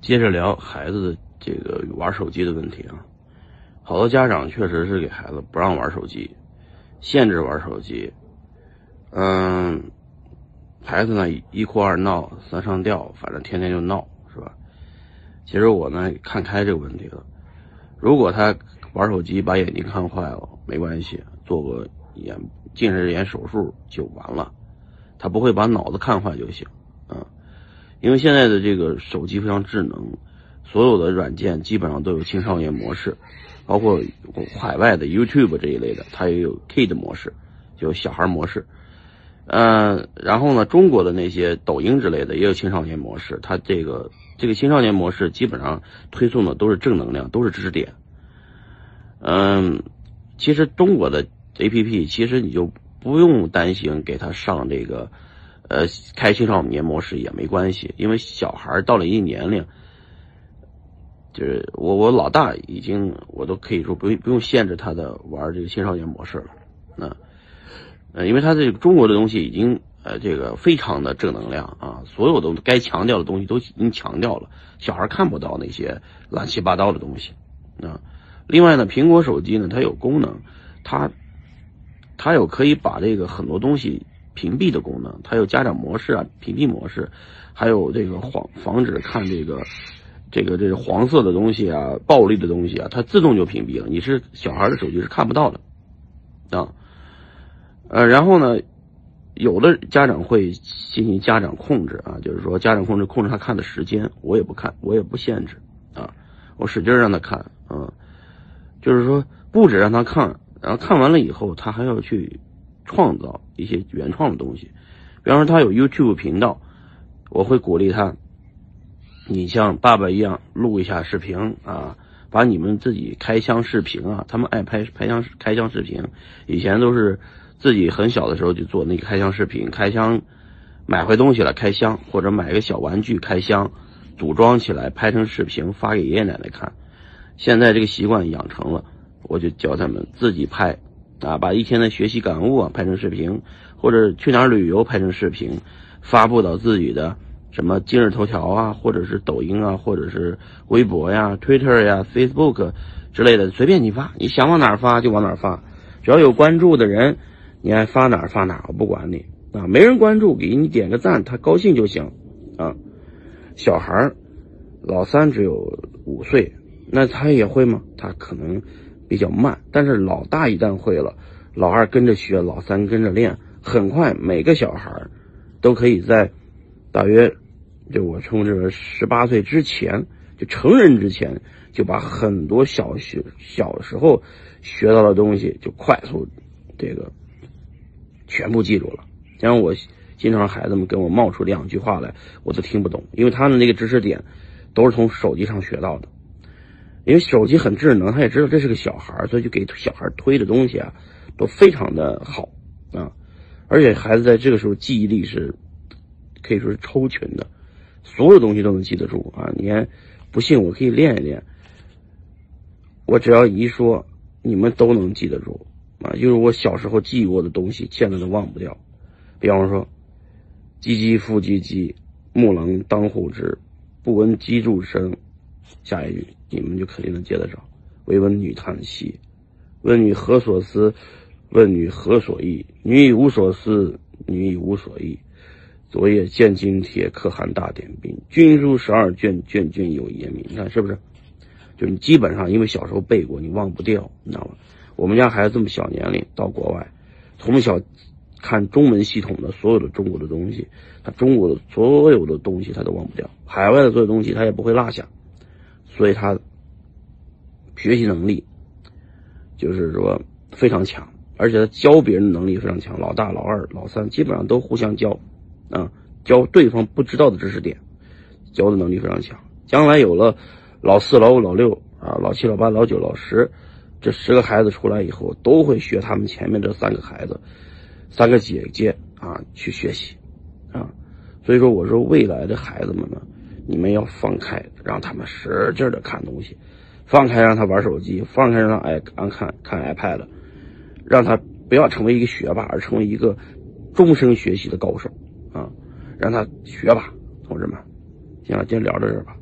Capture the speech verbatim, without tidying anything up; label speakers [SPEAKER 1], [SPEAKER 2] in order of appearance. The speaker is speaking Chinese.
[SPEAKER 1] 接着聊孩子的这个玩手机的问题啊，好多家长确实是给孩子不让玩手机，限制玩手机。嗯，孩子呢一哭二闹三上吊，反正天天就闹，是吧？其实我呢看开这个问题了，如果他玩手机把眼睛看坏了，没关系，做个眼近视眼手术就完了，他不会把脑子看坏就行啊。因为现在的这个手机非常智能，所有的软件基本上都有青少年模式，包括海外的 YouTube 这一类的，它也有 Kid 模式，就小孩模式。呃，然后呢，中国的那些抖音之类的也有青少年模式，它这个这个青少年模式基本上推送的都是正能量，都是知识点。嗯，其实中国的 A P P 其实你就不用担心给他上这个呃开青少年模式也没关系，因为小孩到了一定年龄，就是我我老大已经我都可以说不用不用限制他的玩这个青少年模式了，那呃因为他这个中国的东西已经呃这个非常的正能量啊，所有的该强调的东西都已经强调了，小孩看不到那些乱七八糟的东西啊。另外呢，苹果手机呢它有功能，它它有可以把这个很多东西屏蔽的功能，它有家长模式啊、屏蔽模式，还有这个防防止看这个这个这个黄色的东西啊、暴力的东西啊，它自动就屏蔽了，你是小孩的手机是看不到的啊。呃，然后呢，有的家长会进行家长控制啊，就是说家长控制控制他看的时间，我也不看，我也不限制啊，我使劲让他看啊，就是说不止让他看，然后看完了以后，他还要去创造一些原创的东西。比方说他有 YouTube 频道，我会鼓励他，你像爸爸一样录一下视频啊，把你们自己开箱视频啊，他们爱拍拍箱开箱视频，以前都是自己很小的时候就做那个开箱视频，开箱买回东西了开箱，或者买个小玩具开箱，组装起来拍成视频发给爷爷奶奶看。现在这个习惯养成了，我就教他们自己拍啊，把一天的学习感悟啊拍成视频，或者去哪儿旅游拍成视频，发布到自己的什么今日头条啊，或者是抖音啊，或者是微博呀、Twitter 呀、Facebook 之类的，随便你发，你想往哪儿发就往哪儿发，只要有关注的人，你爱发哪儿发哪儿，我不管你啊。没人关注，给你点个赞，他高兴就行啊。小孩老三只有五岁，那他也会吗？他可能比较慢，但是老大一旦会了，老二跟着学，老三跟着练，很快每个小孩都可以在大约就我称之为十八岁之前，就成人之前，就把很多小学小时候学到的东西就快速这个全部记住了。像我经常孩子们跟我冒出两句话来，我都听不懂，因为他们那个知识点都是从手机上学到的。因为手机很智能，他也知道这是个小孩，所以就给小孩推的东西啊都非常的好啊。而且孩子在这个时候记忆力是可以说是超群的，所有东西都能记得住啊。你还不信，我可以练一练，我只要一说，你们都能记得住啊。就是我小时候记过的东西，现在都忘不掉。比方说，唧唧复唧唧，木能当户织，不闻机杼声。下一句你们就肯定能接得着。惟闻女叹息，问女何所思？问女何所忆？女已无所思，女已无所忆。昨夜见金帖，可汗大点兵。军书十二卷，卷卷有爷名。你看是不是？就你基本上因为小时候背过，你忘不掉，你知道吗？我们家孩子这么小年龄到国外，从小看中文系统的所有的中国的东西，他中国的所有的东西他都忘不掉，海外的所有东西他也不会落下，所以他学习能力就是说非常强，而且他教别人的能力非常强。老大、老二、老三基本上都互相教啊，教对方不知道的知识点，教的能力非常强。将来有了老四、老五、老六啊、老七、老八、老九、老十，这十个孩子出来以后，都会学他们前面这三个孩子、三个姐姐啊去学习啊。所以说，我说未来的孩子们呢，你们要放开，让他们使劲的看东西，放开让他玩手机，放开让他爱看看看 iPad， 让他不要成为一个学霸，而成为一个终身学习的高手啊！让他学吧，同志们。行了，今天聊到这儿吧。